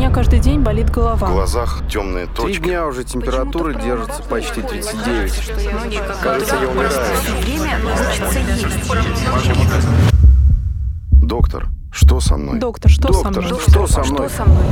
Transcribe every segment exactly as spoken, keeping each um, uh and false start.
меня каждый день болит голова. В глазах темные точки. Три дня уже температура держится почти тридцать девять. Кажется, я умираю. Доктор, что со мной? Доктор, что со Доктор, мной? что со мной?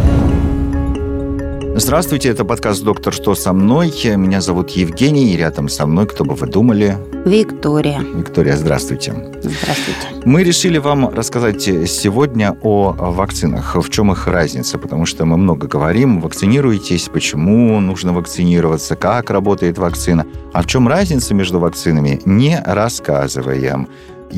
Здравствуйте, это подкаст «Доктор, что со мной?». Меня зовут Евгений, и рядом со мной, кто бы вы думали... Виктория. Виктория, здравствуйте. Здравствуйте. Мы решили вам рассказать сегодня о вакцинах, в чем их разница, потому что мы много говорим, вакцинируйтесь, почему нужно вакцинироваться, как работает вакцина. А в чем разница между вакцинами, не рассказываем.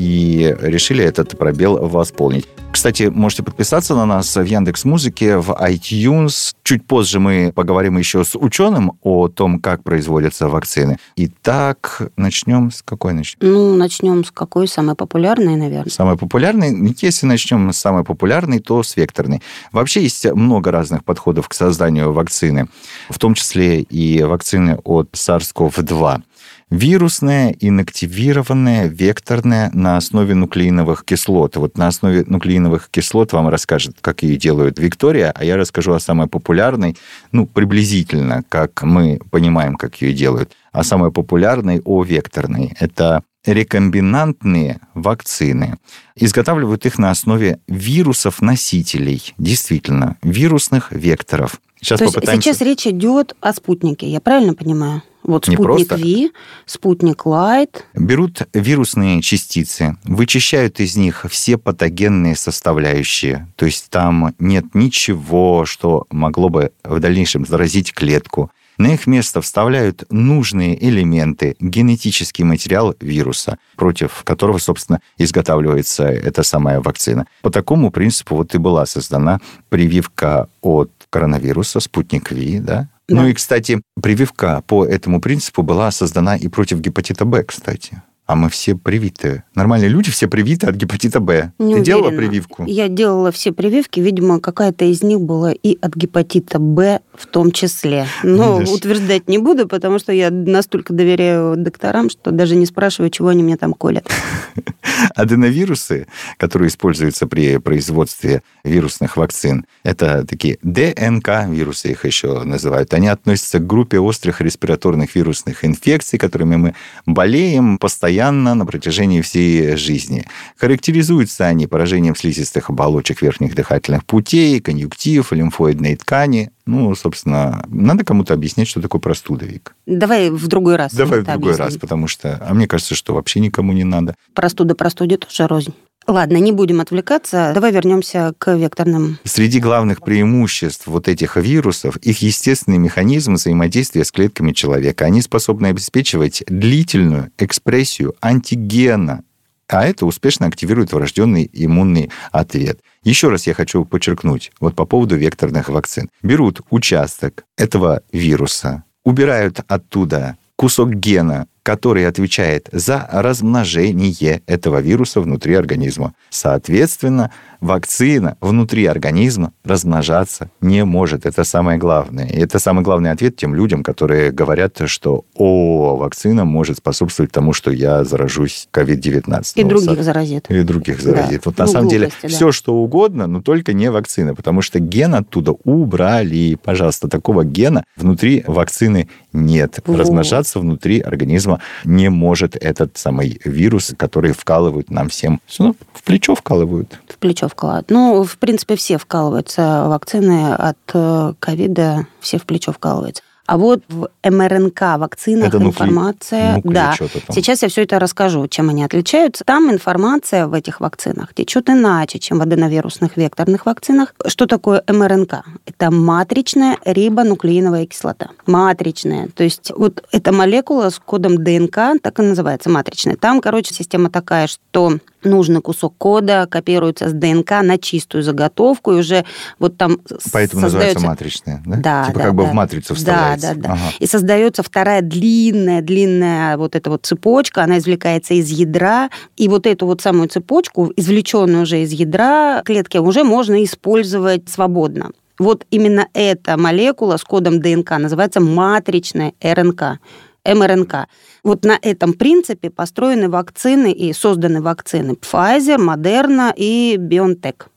И решили этот пробел восполнить. Кстати, можете подписаться на нас в Яндекс.Музыке, в iTunes. Чуть позже мы поговорим еще с ученым о том, как производятся вакцины. Итак, начнем с какой начнем? Ну, начнем с какой? Самой популярной, наверное. Самой популярной? Если начнем с самой популярной, то с векторной. Вообще есть много разных подходов к созданию вакцины, в том числе и вакцины от SARS-си о ви два. Вирусная, инактивированная, векторная на основе нуклеиновых кислот. Вот на основе нуклеиновых кислот вам расскажет, как ее делают Виктория, а я расскажу о самой популярной, ну, приблизительно, как мы понимаем, как ее делают. А самой популярной о векторной. Это рекомбинантные вакцины. Изготавливают их на основе вирусов-носителей. Действительно, вирусных векторов. Сейчас То есть попытаемся... сейчас речь идет о спутнике, я правильно понимаю? Вот Не спутник просто. Ви, спутник Лайт. Берут вирусные частицы, вычищают из них все патогенные составляющие. То есть там нет ничего, что могло бы в дальнейшем заразить клетку. На их место вставляют нужные элементы, генетический материал вируса, против которого, собственно, изготавливается эта самая вакцина. По такому принципу вот и была создана прививка от коронавируса, спутник Ви, да? Да. Ну и, кстати, прививка по этому принципу была создана и против гепатита Б, кстати. А мы все привиты. Нормальные люди все привиты от гепатита Б. Не Ты делала уверена. прививку? Я делала все прививки. Видимо, какая-то из них была и от гепатита Б в том числе. Но Видишь? утверждать не буду, потому что я настолько доверяю докторам, что даже не спрашиваю, чего они мне там колят. Аденовирусы, которые используются при производстве вирусных вакцин, это такие ДНК-вирусы, их еще называют. Они относятся к группе острых респираторных вирусных инфекций, которыми мы болеем постоянно на протяжении всей жизни. Характеризуются они поражением слизистых оболочек верхних дыхательных путей, конъюнктив, лимфоидной ткани. Ну, собственно, надо кому-то объяснять, что такое простуда, Вик. Давай в другой раз. Давай в это другой объясним. раз, потому что... А мне кажется, что вообще никому не надо. Простуда простуде тоже рознь. Ладно, не будем отвлекаться. Давай вернемся к векторным. Среди главных преимуществ вот этих вирусов их естественный механизм взаимодействия с клетками человека. Они способны обеспечивать длительную экспрессию антигена, а это успешно активирует врожденный иммунный ответ. Еще раз я хочу подчеркнуть вот по поводу векторных вакцин. Берут участок этого вируса, убирают оттуда кусок гена, который отвечает за размножение этого вируса внутри организма. Соответственно, вакцина внутри организма размножаться не может. Это самое главное. И это самый главный ответ тем людям, которые говорят, что «О, вакцина может способствовать тому, что я заражусь ковид девятнадцать». И Ну, других со... заразит. И других заразит. Да. Вот на Ну, самом глупости, деле да. все, что угодно, но только не вакцина, потому что ген оттуда убрали. Пожалуйста, такого гена внутри вакцины нет. Вот. Размножаться внутри организма не может этот самый вирус, который вкалывают нам всем. Ну, в плечо вкалывают. В плечо вкладывают. Ну, в принципе, все вкалываются. Вакцины от ковида все в плечо вкалываются. А вот в эм эр эн ка-вакцинах Это нукле... информация... нукле да, что-то там. Сейчас я все это расскажу, чем они отличаются. Там информация в этих вакцинах течет иначе, чем в аденовирусных векторных вакцинах. Что такое эм эр эн ка? Это матричная рибонуклеиновая кислота. Матричная. То есть вот эта молекула с кодом ДНК так и называется матричная. Там, короче, система такая, что нужный кусок кода копируется с ДНК на чистую заготовку, и уже вот там Поэтому создается... называется матричная, да? Да, Типа да, как да. бы в матрицу вставляется. Да, да, да. Ага. И создается вторая длинная-длинная вот эта вот цепочка, она извлекается из ядра, и вот эту вот самую цепочку, извлеченную уже из ядра клетки, уже можно использовать свободно. Вот именно эта молекула с кодом ДНК называется матричная эр эн ка. эм эр эн ка. Вот на этом принципе построены вакцины и созданы вакцины Pfizer, Moderna и BioNTech.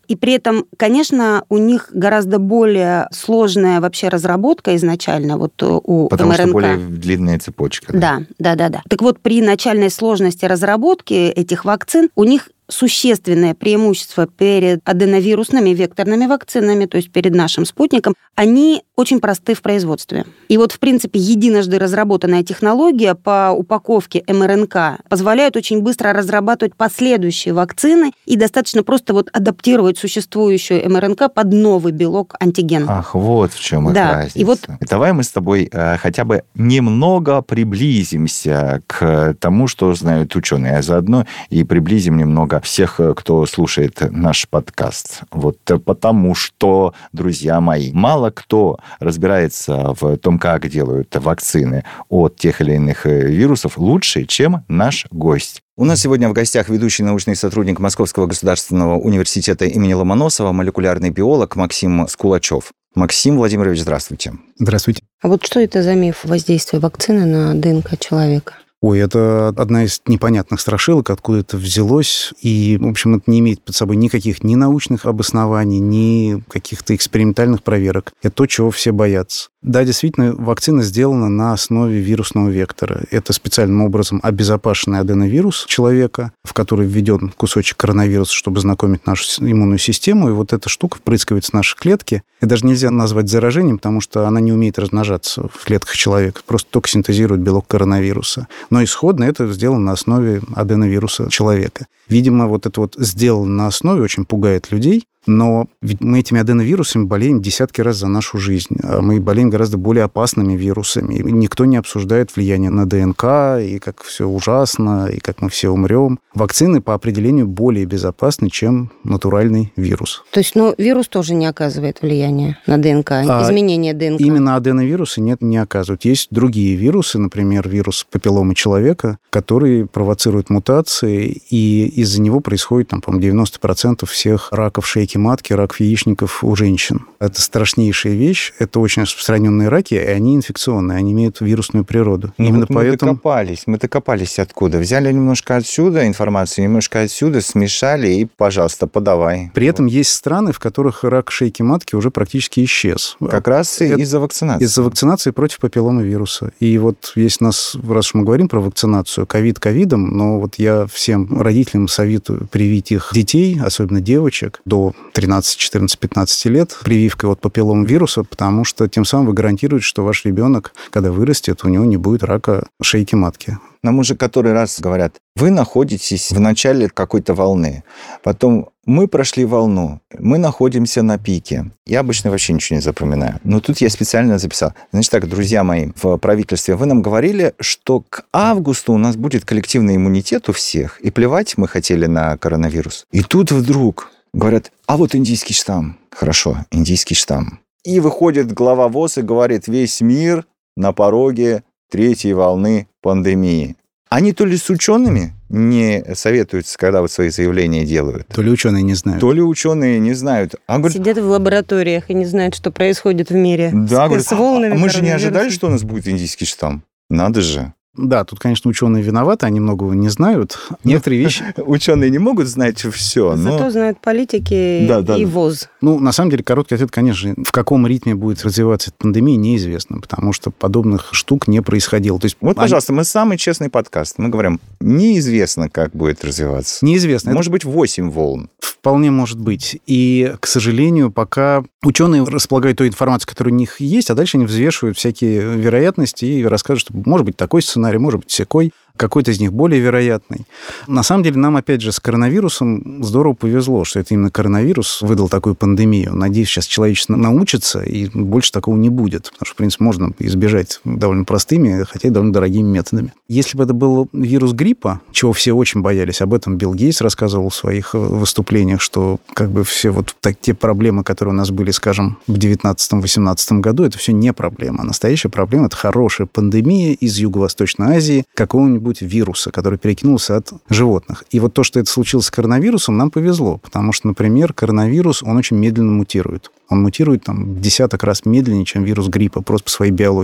И при этом, конечно, у них гораздо более сложная вообще разработка изначально вот у Потому МРНК. что более длинная цепочка. Да, да, да, да. Так вот, при начальной сложности разработки этих вакцин у них существенное преимущество перед аденовирусными векторными вакцинами, то есть перед нашим спутником, они очень просты в производстве. И вот, в принципе, единожды разработанная технология по упаковке МРНК позволяет очень быстро разрабатывать последующие вакцины и достаточно просто вот адаптировать существующую МРНК под новый белок антиген. Ах, вот в чем их Да, разница. и вот... Давай мы с тобой э, хотя бы немного приблизимся к тому, что знают ученые, а заодно и приблизим немного всех, кто слушает наш подкаст. Вот потому что, друзья мои, мало кто разбирается в том, как делают вакцины от тех или иных вирусов лучше, чем наш гость. У нас сегодня в гостях ведущий научный сотрудник Московского государственного университета имени Ломоносова, молекулярный биолог Максим Скулачев. Максим Владимирович, здравствуйте. Здравствуйте. А вот что это за миф воздействия вакцины на ДНК человека? Ой, это одна из непонятных страшилок, откуда это взялось. И, в общем, это не имеет под собой никаких ни научных обоснований, ни каких-то экспериментальных проверок. Это то, чего все боятся. Да, действительно, вакцина сделана на основе вирусного вектора. Это специальным образом обезопасенный аденовирус человека, в который введен кусочек коронавируса, чтобы знакомить нашу иммунную систему. И вот эта штука впрыскивается в наши клетки. И даже нельзя назвать заражением, потому что она не умеет размножаться в клетках человека. Просто только синтезирует белок коронавируса. Но исходно это сделано на основе аденовируса человека. Видимо, вот это вот сделано на основе очень пугает людей, но ведь мы этими аденовирусами болеем десятки раз за нашу жизнь. А мы болеем гораздо более опасными вирусами. И никто не обсуждает влияние на ДНК, и как все ужасно, и как мы все умрем. Вакцины по определению более безопасны, чем натуральный вирус. То есть, ну, вирус тоже не оказывает влияния на ДНК, а изменение ДНК? Именно аденовирусы нет, не оказывают. Есть другие вирусы, например, вирус папилломы человека, который провоцирует мутации, и из-за него происходит, там, по-моему, девяносто процентов всех раков шейки матки, раков яичников у женщин. Это страшнейшая вещь. Это очень распространенные раки, и они инфекционные, они имеют вирусную природу. Ну, Именно вот мы поэтому... докопались. Мы докопались откуда? Взяли немножко отсюда информацию, немножко отсюда, смешали и, пожалуйста, подавай. При этом есть страны, в которых рак шейки матки уже практически исчез. Как раз Это... из-за вакцинации. Из-за вакцинации против папилломавируса. И вот есть у нас, раз уж мы говорим про вакцинацию, ковид ковидом, но вот я всем родителям советую привить их детей, особенно девочек, до тринадцать, четырнадцать, пятнадцать лет прививкой от папилломавируса, потому что тем самым вы гарантируете, что ваш ребенок, когда вырастет, у него не будет рака шейки матки. Нам уже который раз говорят, вы находитесь в начале какой-то волны, потом мы прошли волну, мы находимся на пике. Я обычно вообще ничего не запоминаю. Но тут я специально записал. Значит так, друзья мои, в правительстве вы нам говорили, что к августу у нас будет коллективный иммунитет у всех, и плевать мы хотели на коронавирус. И тут вдруг говорят, а вот индийский штамм. Хорошо, индийский штамм. И выходит глава ВОЗ и говорит, весь мир на пороге третьей волны пандемии. Они то ли с учеными не советуются, когда вот свои заявления делают. То ли ученые не знают. То ли ученые не знают. А говорят, сидят в лабораториях и не знают, что происходит в мире. Да, с, говорят, с волнами а мы же не коронавируса. ожидали, что у нас будет индийский штамм. Надо же. Да, тут, конечно, ученые виноваты, они многого не знают. Некоторые вещи... Ученые не могут знать все, но... Зато знают политики Да, да, и да. ВОЗ. Ну, на самом деле, короткий ответ, конечно, в каком ритме будет развиваться эта пандемия, неизвестно, потому что подобных штук не происходило. То есть, Вот, они- пожалуйста, мы самый честный подкаст. Мы говорим, неизвестно, как будет развиваться. Неизвестно. Может быть, восемь волн. Вполне может быть. И, к сожалению, пока ученые располагают той информацией, которая у них есть, а дальше они взвешивают всякие вероятности и расскажут, что может быть такой сценарий, может быть всякой, какой-то из них более вероятный. На самом деле, нам, опять же, с коронавирусом здорово повезло, что это именно коронавирус выдал такую пандемию. Надеюсь, сейчас человечество научится, и больше такого не будет. Потому что, в принципе, можно избежать довольно простыми, хотя и довольно дорогими методами. Если бы это был вирус гриппа, чего все очень боялись, об этом Билл Гейтс рассказывал в своих выступлениях, что как бы все вот так, те проблемы, которые у нас были, скажем, в девятнадцатом-восемнадцатом году, это все не проблема. Настоящая проблема – это хорошая пандемия из Юго-Восточной Азии, какого-нибудь вируса, который перекинулся от животных. И вот то, что это случилось с коронавирусом, нам повезло, потому что, например, коронавирус, он очень медленно мутирует. Он мутирует там в десяток раз медленнее, чем вирус гриппа, просто по своей биологии.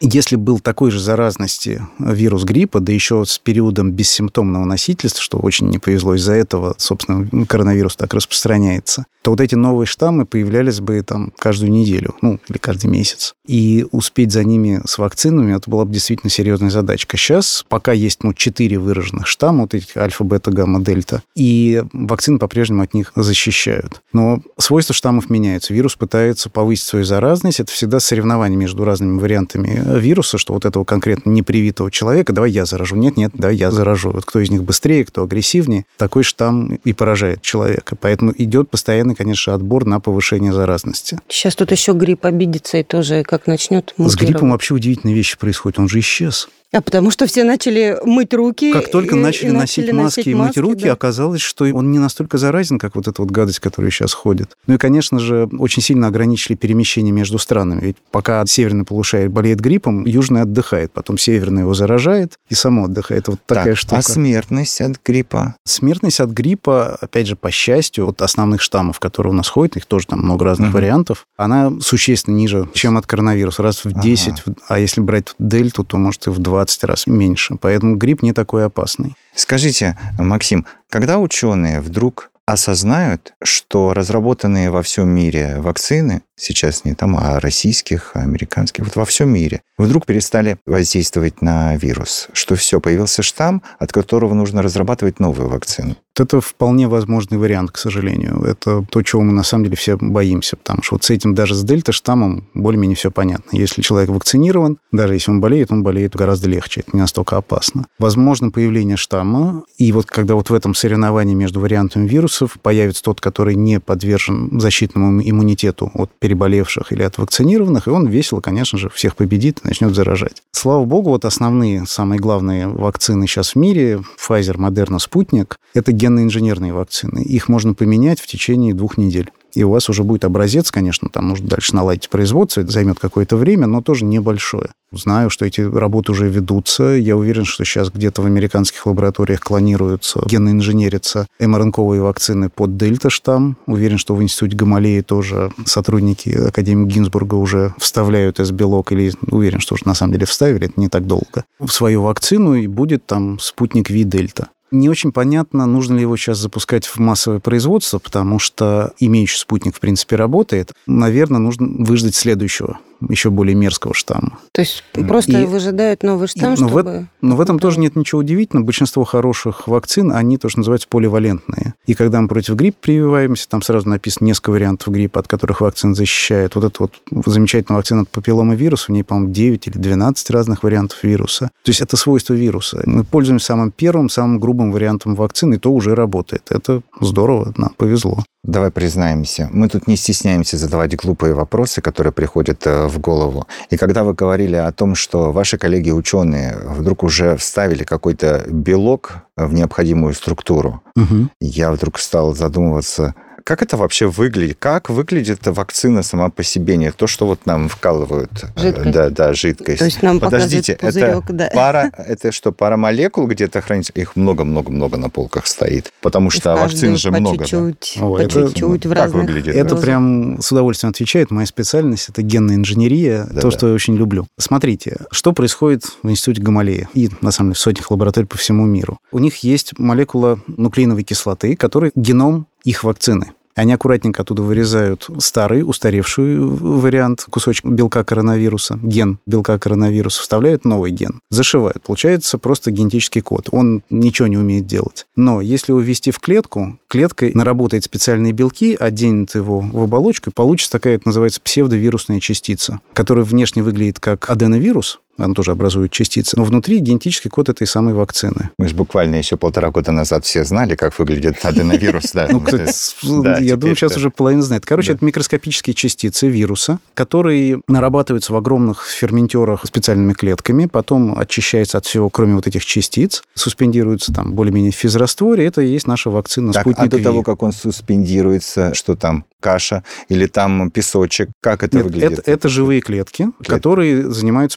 Если был такой же заразности вирус гриппа, да еще с периодом бессимптомного носительства, что очень не повезло, из-за этого, собственно, коронавирус так распространяется, то вот эти новые штаммы появлялись бы там каждую неделю, ну, или каждый месяц. И успеть за ними с вакцинами, это была бы действительно серьезная задачка. Сейчас пока есть, ну, четыре выраженных штамма, вот этих альфа, бета, гамма, дельта, и вакцины по-прежнему от них защищают. Но свойства штаммов меняются. Вирус пытается повысить свою заразность. Это всегда соревнование между разными вариантами вируса, что вот этого конкретно непривитого человека, давай я заражу. Нет, нет, давай я заражу. Вот кто из них быстрее, кто агрессивнее, такой штамм и поражает человека. Поэтому идет постоянный, конечно, отбор на повышение заразности. Сейчас тут еще грипп обидится и тоже как начнет мутировать. С гриппом вообще удивительные вещи происходят. Он же исчез. А потому что все начали мыть руки. Как только и, начали, и носить, начали маски носить и мыть маски, руки, да. Оказалось, что он не настолько заразен, как вот эта вот гадость, которая сейчас ходит. Ну и, конечно же, очень сильно ограничили перемещение между странами. Ведь пока северный полушарие болеет гриппом, южный отдыхает, потом северный его заражает и само отдыхает. Вот такая так, штука. А смертность от гриппа? Смертность от гриппа, опять же, по счастью, от основных штаммов, которые у нас ходят, их тоже там много разных uh-huh. вариантов, она существенно ниже, чем от коронавируса. Раз в десять, uh-huh. а если брать дельту, то, может, и в двадцать раз меньше. Поэтому грипп не такой опасный. Скажите, Максим, когда ученые вдруг осознают, что разработанные во всем мире вакцины, сейчас не там, а российских, а американских, вот во всем мире, вдруг перестали воздействовать на вирус, что все, появился штамм, от которого нужно разрабатывать новую вакцину? Это вполне возможный вариант, к сожалению. Это то, чего мы на самом деле все боимся, потому что вот с этим даже с дельта-штаммом более-менее все понятно. Если человек вакцинирован, даже если он болеет, он болеет гораздо легче, это не настолько опасно. Возможно появление штамма, и вот когда вот в этом соревновании между вариантами вирусов появится тот, который не подвержен защитному иммунитету от переболевших или от вакцинированных, и он весело, конечно же, всех победит и начнет заражать. Слава богу, вот основные, самые главные вакцины сейчас в мире, Pfizer, Moderna, Sputnik, это генно-инженерные вакцины. Их можно поменять в течение двух недель. И у вас уже будет образец, конечно, там нужно дальше наладить производство, это займет какое-то время, но тоже небольшое. Знаю, что эти работы уже ведутся. Я уверен, что сейчас где-то в американских лабораториях клонируются, генно-инженерятся эм эр эн ка-овые вакцины под дельта-штамм. Уверен, что в институте Гамалеи тоже сотрудники Академии Гинзбурга уже вставляют эс-белок, или уверен, что уже на самом деле вставили, это не так долго, в свою вакцину, и будет там спутник Ви-дельта. Не очень понятно, нужно ли его сейчас запускать в массовое производство, потому что имеющий спутник, в принципе, работает. Наверное, нужно выждать следующего, еще более мерзкого штамма. То есть просто и, выжидают новый штамм, и, но чтобы... В, но в этом тоже нет ничего удивительного. Большинство хороших вакцин, они тоже называются поливалентные. И когда мы против гриппа прививаемся, там сразу написано несколько вариантов гриппа, от которых вакцина защищает. Вот эта вот замечательная вакцина от папилломавируса, в ней, по-моему, девять или двенадцать разных вариантов вируса. То есть это свойство вируса. Мы пользуемся самым первым, самым грубым вариантом вакцины, и то уже работает. Это здорово, нам повезло. Давай признаемся, мы тут не стесняемся задавать глупые вопросы, которые приходят в голову. И когда вы говорили о том, что ваши коллеги-ученые вдруг уже вставили какой-то белок в необходимую структуру, угу. я вдруг стал задумываться, как это вообще выглядит? Как выглядит вакцина сама по себе? Не то, что вот нам вкалывают. Жидкость. Да, да, жидкость. То есть нам Подождите, пузырек, это да. пара, это что, пара молекул где-то хранится? Их много-много-много на полках стоит. Потому что вакцин же много. Чуть-чуть, да? О, по это, чуть-чуть, в как разных выглядит? Это дозах. прям с удовольствием отвечает. Моя специальность – это генная инженерия, да, то, да. что я очень люблю. Смотрите, что происходит в институте Гамалеи и, на самом деле, в сотнях лабораторий по всему миру. У них есть молекула нуклеиновой кислоты, которая геном их вакцины. Они аккуратненько оттуда вырезают старый, устаревший вариант, кусочек белка коронавируса, ген белка коронавируса, вставляют новый ген, зашивают. Получается просто генетический код. Он ничего не умеет делать. Но если его ввести в клетку, клетка наработает специальные белки, оденет его в оболочку, и получится такая, это называется, псевдовирусная частица, которая внешне выглядит как аденовирус, она тоже образует частицы, но внутри генетический код этой самой вакцины. Мы же буквально еще полтора года назад все знали, как выглядит аденовирус. Ну, кстати, я думаю, сейчас уже половина знает. Короче, это микроскопические частицы вируса, которые нарабатываются в огромных ферментерах специальными клетками, потом очищаются от всего, кроме вот этих частиц, суспендируются там более-менее в физрастворе. Это и есть наша вакцина «Спутник Ви». А до того, как он суспендируется, что там, каша или там песочек, как это Нет, выглядит? Это, это живые клетки, клетки, которые занимаются полезной работой.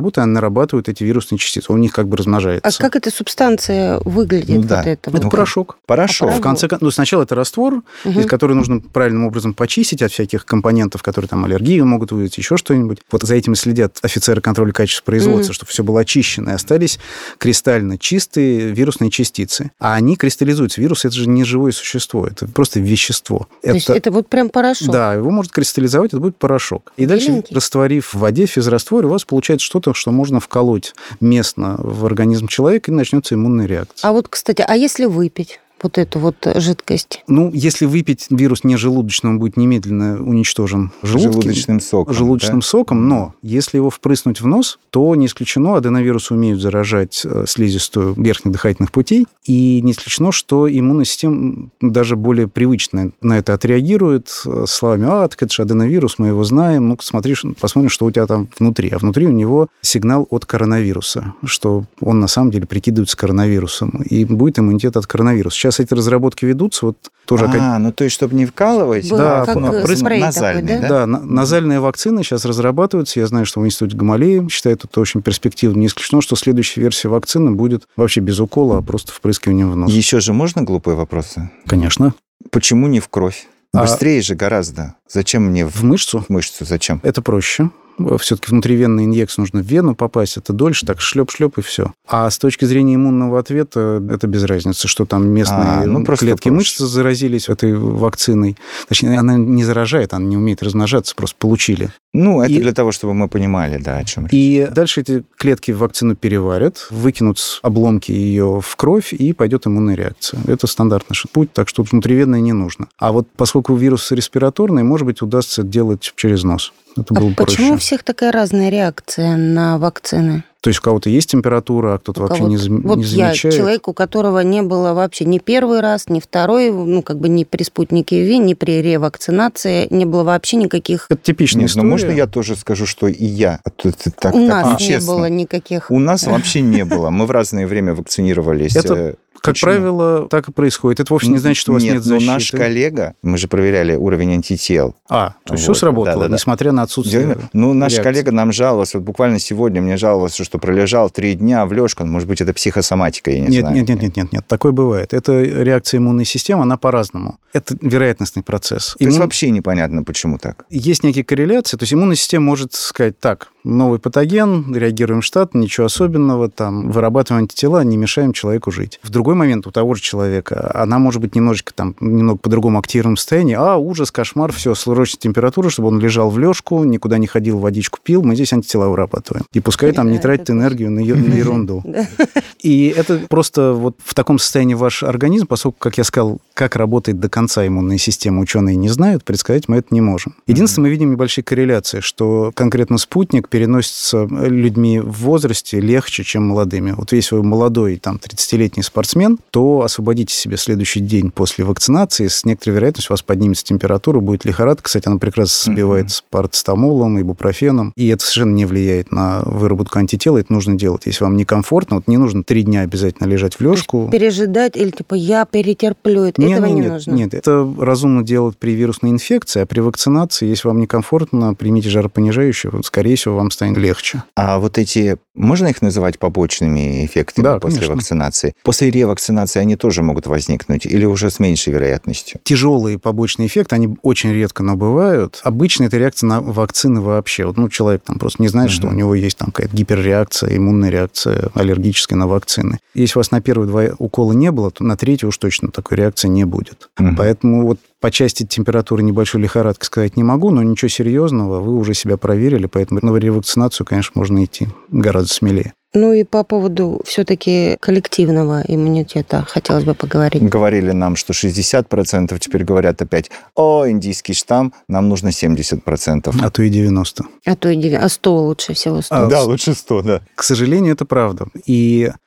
работает, она нарабатывает эти вирусные частицы. Он у них как бы размножается. А как эта субстанция выглядит? Ну, да. Вот это? Это вот? порошок. Порошок. А В конце концов, ну, сначала это раствор, Угу. из которого нужно правильным образом почистить от всяких компонентов, которые там аллергию могут вызвать, еще что-нибудь. Вот за этим следят офицеры контроля качества производства, Мгм. чтобы все было очищено, и остались кристально чистые вирусные частицы. А они кристаллизуются. Вирус – это же не живое существо, это просто вещество. То есть это вот прям порошок? Да, его может кристаллизовать, это будет порошок. И дальше, Беленький. растворив в воде, в физрастворе, у вас получается что-то, что можно вколоть местно в организм человека, и начнется иммунная реакция. А вот, кстати, а если выпить вот эту вот жидкость? Ну, если выпить вирус не желудочный, он будет немедленно уничтожен желудки, Желудочным соком. желудочным да? соком, но если его впрыснуть в нос, то не исключено, аденовирусы умеют заражать э, слизистую верхних дыхательных путей, и не исключено, что иммунная система даже более привычно на это отреагирует э, словами: «А, так это же аденовирус, мы его знаем, ну-ка смотри, посмотрим, что у тебя там внутри». А внутри у него сигнал от коронавируса, что он на самом деле прикидывается коронавирусом, и будет иммунитет от коронавируса. Сейчас эти разработки ведутся, вот тоже... А, ну то есть, чтобы не вкалывать, Было Да, как ну, спрей такой, назальный, да? да? Да, на- назальные вакцины сейчас разрабатываются. Я знаю, что в институте Гамалеи считают это очень перспективным. Не исключено, что следующая версия вакцины будет вообще без укола, а просто впрыскиванием в нос. Еще же можно глупые вопросы? Конечно. Почему не в кровь? А- Быстрее же гораздо. Зачем мне в В мышцу мышцу? Зачем? это проще. Все-таки внутривенный инъекция нужно в вену попасть, это дольше, так шлеп-шлеп и все. А с точки зрения иммунного ответа, это без разницы, что там местные А, ну, просто клетки проще. мышц заразились этой вакциной. Точнее, она не заражает, она не умеет размножаться, просто получили. Ну, это И- для того, чтобы мы понимали, да, о чем речь. И дальше эти клетки в вакцину переварят, выкинут обломки ее в кровь, и пойдет иммунная реакция. Это стандартный путь, так что внутривенное не нужно. А вот поскольку вирус респираторный, может быть, удастся делать через нос. Это было А бы почему у проще. всех такая разная реакция на вакцины? То есть у кого-то есть температура, а кто-то У вообще не, кого-то- зам- Вот не я замечает. человек, у которого не было вообще ни первый раз, ни второй, ну, как бы ни при спутнике ВИ, ни при ревакцинации, не было вообще никаких... Это типичная Нет, история. ну можно я тоже скажу, что и я? А то это так, У так нас не нечестно. было никаких... У нас вообще не было. Мы в разное время вакцинировались. Это, Э, Как почему? правило, так и происходит. Это вовсе не значит, что у вас нет, Нет, защиты. но наш коллега, мы же проверяли уровень антител. А, то есть Вот, все сработало, да-да-да. несмотря на отсутствие Дело- Ну, наш реакции. коллега нам жаловался, вот буквально сегодня мне жаловался, что пролежал три дня в лёжку. Может быть, это психосоматика, я не Нет, знаю. нет, нет, нет, нет, нет, такое бывает. Это реакция иммунной системы, она по-разному. Это вероятностный процесс. То есть Иммун- вообще непонятно, почему так. Есть некие корреляции, то есть иммунная система может сказать: так, новый патоген, реагируем штатно, ничего особенного, там, вырабатываем антитела, не мешаем человеку жить. В другой момент у того же человека она может быть немножечко там, немного по-другому активном состоянии, а, ужас, кошмар, все, срочная температура, чтобы он лежал в лёжку, никуда не ходил, водичку пил, мы здесь антитела вырабатываем. И пускай там не Да, тратит это энергию на е- на ерунду. Да. И это просто вот в таком состоянии ваш организм, поскольку, как я сказал, как работает до конца иммунная система, ученые не знают, предсказать мы это не можем. Единственное, мы видим небольшие корреляции, что конкретно спутник переносится людьми в возрасте легче, чем молодыми. Вот если вы молодой, там, тридцатилетний спортсмен, то освободите себе следующий день после вакцинации, с некоторой вероятностью у вас поднимется температура, будет лихорадка. Кстати, она прекрасно сбивается парацетамолом, ибупрофеном, и это совершенно не влияет на выработку антител, это нужно делать. Если вам некомфортно, вот не нужно три дня обязательно лежать в лёжку. Пережидать или типа я перетерплю, это- Не, этого не, не нет, нужно. Нет, это разумно делать при вирусной инфекции, а при вакцинации, если вам некомфортно, примите жаропонижающее, вот, скорее всего, вам станет легче. А вот эти, можно их называть побочными эффектами Да, после конечно. вакцинации? После ревакцинации они тоже могут возникнуть или уже с меньшей вероятностью? Тяжелые побочные эффекты, они очень редко, но бывают. Обычно это реакция на вакцины вообще. Вот, ну, человек там просто не знает, что у него есть там какая-то гиперреакция, иммунная реакция аллергическая на вакцины. Если у вас на первые два укола не было, то на третий уж точно такой реакции не будет. Мгм. Поэтому вот по части температуры небольшой лихорадки сказать не могу, но ничего серьезного, вы уже себя проверили, поэтому на ревакцинацию, конечно, можно идти гораздо смелее. Ну и по поводу все-таки коллективного иммунитета хотелось бы поговорить. Говорили нам, что шестьдесят процентов, теперь говорят опять, о, индийский штамм, нам нужно семьдесят процентов. А то и девяносто. А то и девя- а сто лучше всего сто. А, Да, лучше сто, да. К сожалению, это правда. И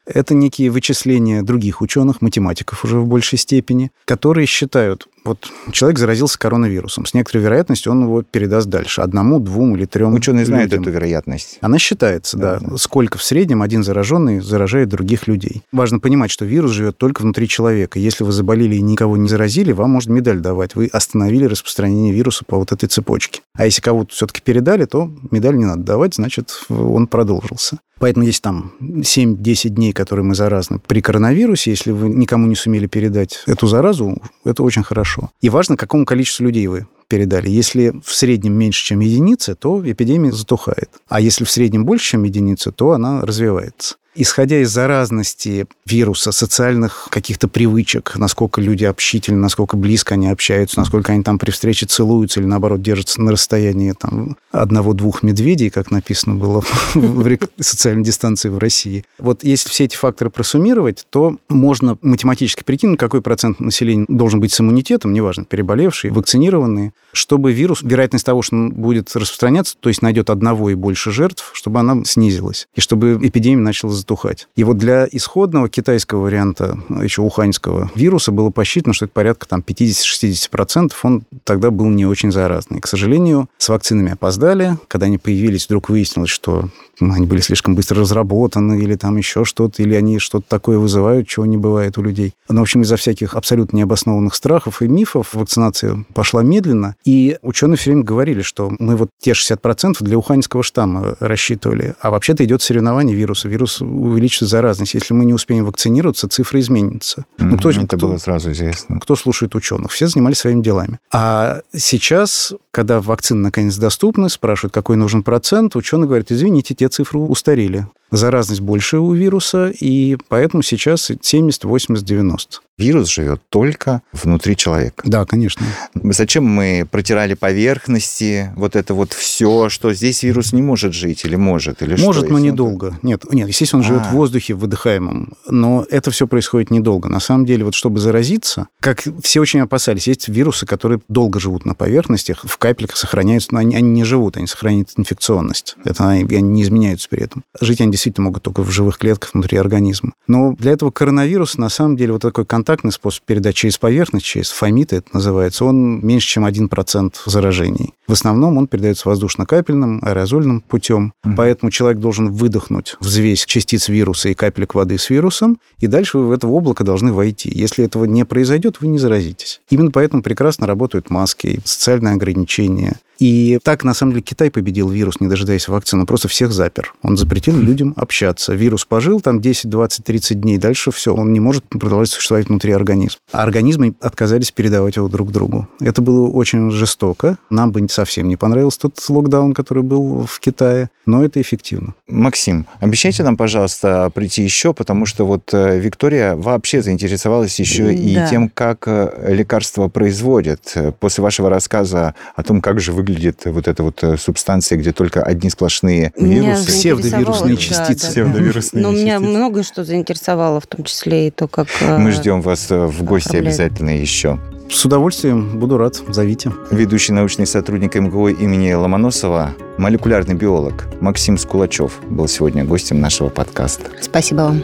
Это некие вычисления других ученых, математиков уже в большей степени, которые считают, вот человек заразился коронавирусом. С некоторой вероятностью он его передаст дальше. Одному, двум или трем Ученые знают людям. эту вероятность. Она считается, да, да. Сколько в среднем один зараженный заражает других людей. Важно понимать, что вирус живет только внутри человека. Если вы заболели и никого не заразили, вам может медаль давать. Вы остановили распространение вируса по вот этой цепочке. А если кого-то все-таки передали, то медаль не надо давать, значит, он продолжился. Поэтому есть там семь-десять дней, которые мы заразны при коронавирусе. Если вы никому не сумели передать эту заразу, это очень хорошо. И важно, какому количеству людей вы передали. Если в среднем меньше, чем единица, то эпидемия затухает. А если в среднем больше, чем единица, то она развивается. Исходя из заразности вируса, социальных каких-то привычек, насколько люди общительны, насколько близко они общаются, насколько они там при встрече целуются или, наоборот, держатся на расстоянии там, одного-двух медведей, как написано было в социальной дистанции в России. Вот если все эти факторы просуммировать, то можно математически прикинуть, какой процент населения должен быть с иммунитетом, неважно, переболевшие, вакцинированные, чтобы вирус, вероятность того, что он будет распространяться, то есть найдет одного и больше жертв, чтобы она снизилась, и чтобы эпидемия начала затухать. И вот для исходного китайского варианта, еще уханьского вируса, было посчитано, что это порядка там, пятьдесят-шестьдесят процентов, он тогда был не очень заразный. К сожалению, с вакцинами опоздали. Когда они появились, вдруг выяснилось, что они были слишком быстро разработаны, или там еще что-то, или они что-то такое вызывают, чего не бывает у людей. Но, в общем, из-за всяких абсолютно необоснованных страхов и мифов вакцинация пошла медленно, и ученые все время говорили, что мы вот те шестьдесят процентов для уханьского штамма рассчитывали, а вообще-то идет соревнование вируса. Вирус увеличится заразность. Если мы не успеем вакцинироваться, цифра изменится. Mm-hmm. Ну, точно, это кто, было сразу известно. Кто слушает ученых? Все занимались своими делами. А сейчас, когда вакцины наконец доступны, спрашивают, какой нужен процент, ученые говорят, извините, те цифры устарели. Заразность больше у вируса, и поэтому сейчас семьдесят, восемьдесят, девяносто. Вирус живет только внутри человека. Да, конечно. Зачем мы протирали поверхности, вот это вот все, что здесь вирус не может жить или может? Или может, что, но недолго. Нет, нет, естественно, он живет А-а-а. в воздухе выдыхаемом, но это все происходит недолго. На самом деле, вот чтобы заразиться, как все очень опасались, есть вирусы, которые долго живут на поверхностях, в капельках сохраняются, но они, они не живут, они сохраняют инфекционность. Это они, они не изменяются при этом. Жить они действительно могут только в живых клетках внутри организма. Но для этого коронавирус, на самом деле, вот такой контактный способ передачи через поверхность, через фомиты это называется, он меньше, чем один процент заражений. В основном он передается воздушно-капельным, аэрозольным путем. Mm-hmm. Поэтому человек должен выдохнуть взвесь частиц вируса и капелек воды с вирусом, и дальше вы в это облако должны войти. Если этого не произойдет, вы не заразитесь. Именно поэтому прекрасно работают маски, социальные ограничения. И так, на самом деле, Китай победил вирус, не дожидаясь вакцины, просто всех запер. Он запретил людям общаться. Вирус пожил там десять, двадцать, тридцать дней, дальше все, он не может продолжать существовать внутри организма. А организмы отказались передавать его друг другу. Это было очень жестоко. Нам бы совсем не понравился тот локдаун, который был в Китае, но это эффективно. Максим, обещайте нам, пожалуйста, прийти еще, потому что вот Виктория вообще заинтересовалась еще да. и тем, как лекарства производят. После вашего рассказа о том, как же выглядит вот эта вот субстанция, где только одни сплошные вирусы. Псевдовирусные частицы. Да, да. Псевдовирусные Но частицы. Меня много что заинтересовало, в том числе и то, как... Мы ждем вас в гости оформляют. Обязательно еще. С удовольствием, буду рад, зовите. Ведущий научный сотрудник эм гэ у имени Ломоносова, молекулярный биолог Максим Скулачев был сегодня гостем нашего подкаста. Спасибо вам.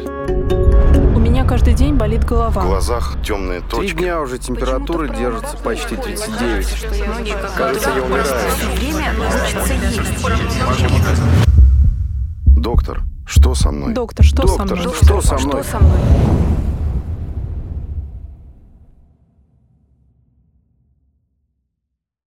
У меня каждый день болит голова. В глазах темные Три точки. дня уже температура держится почти тридцать девять. Кажется, я умираю. Доктор, что со мной? Доктор, что Доктор, со мной? что со мной? Что со мной?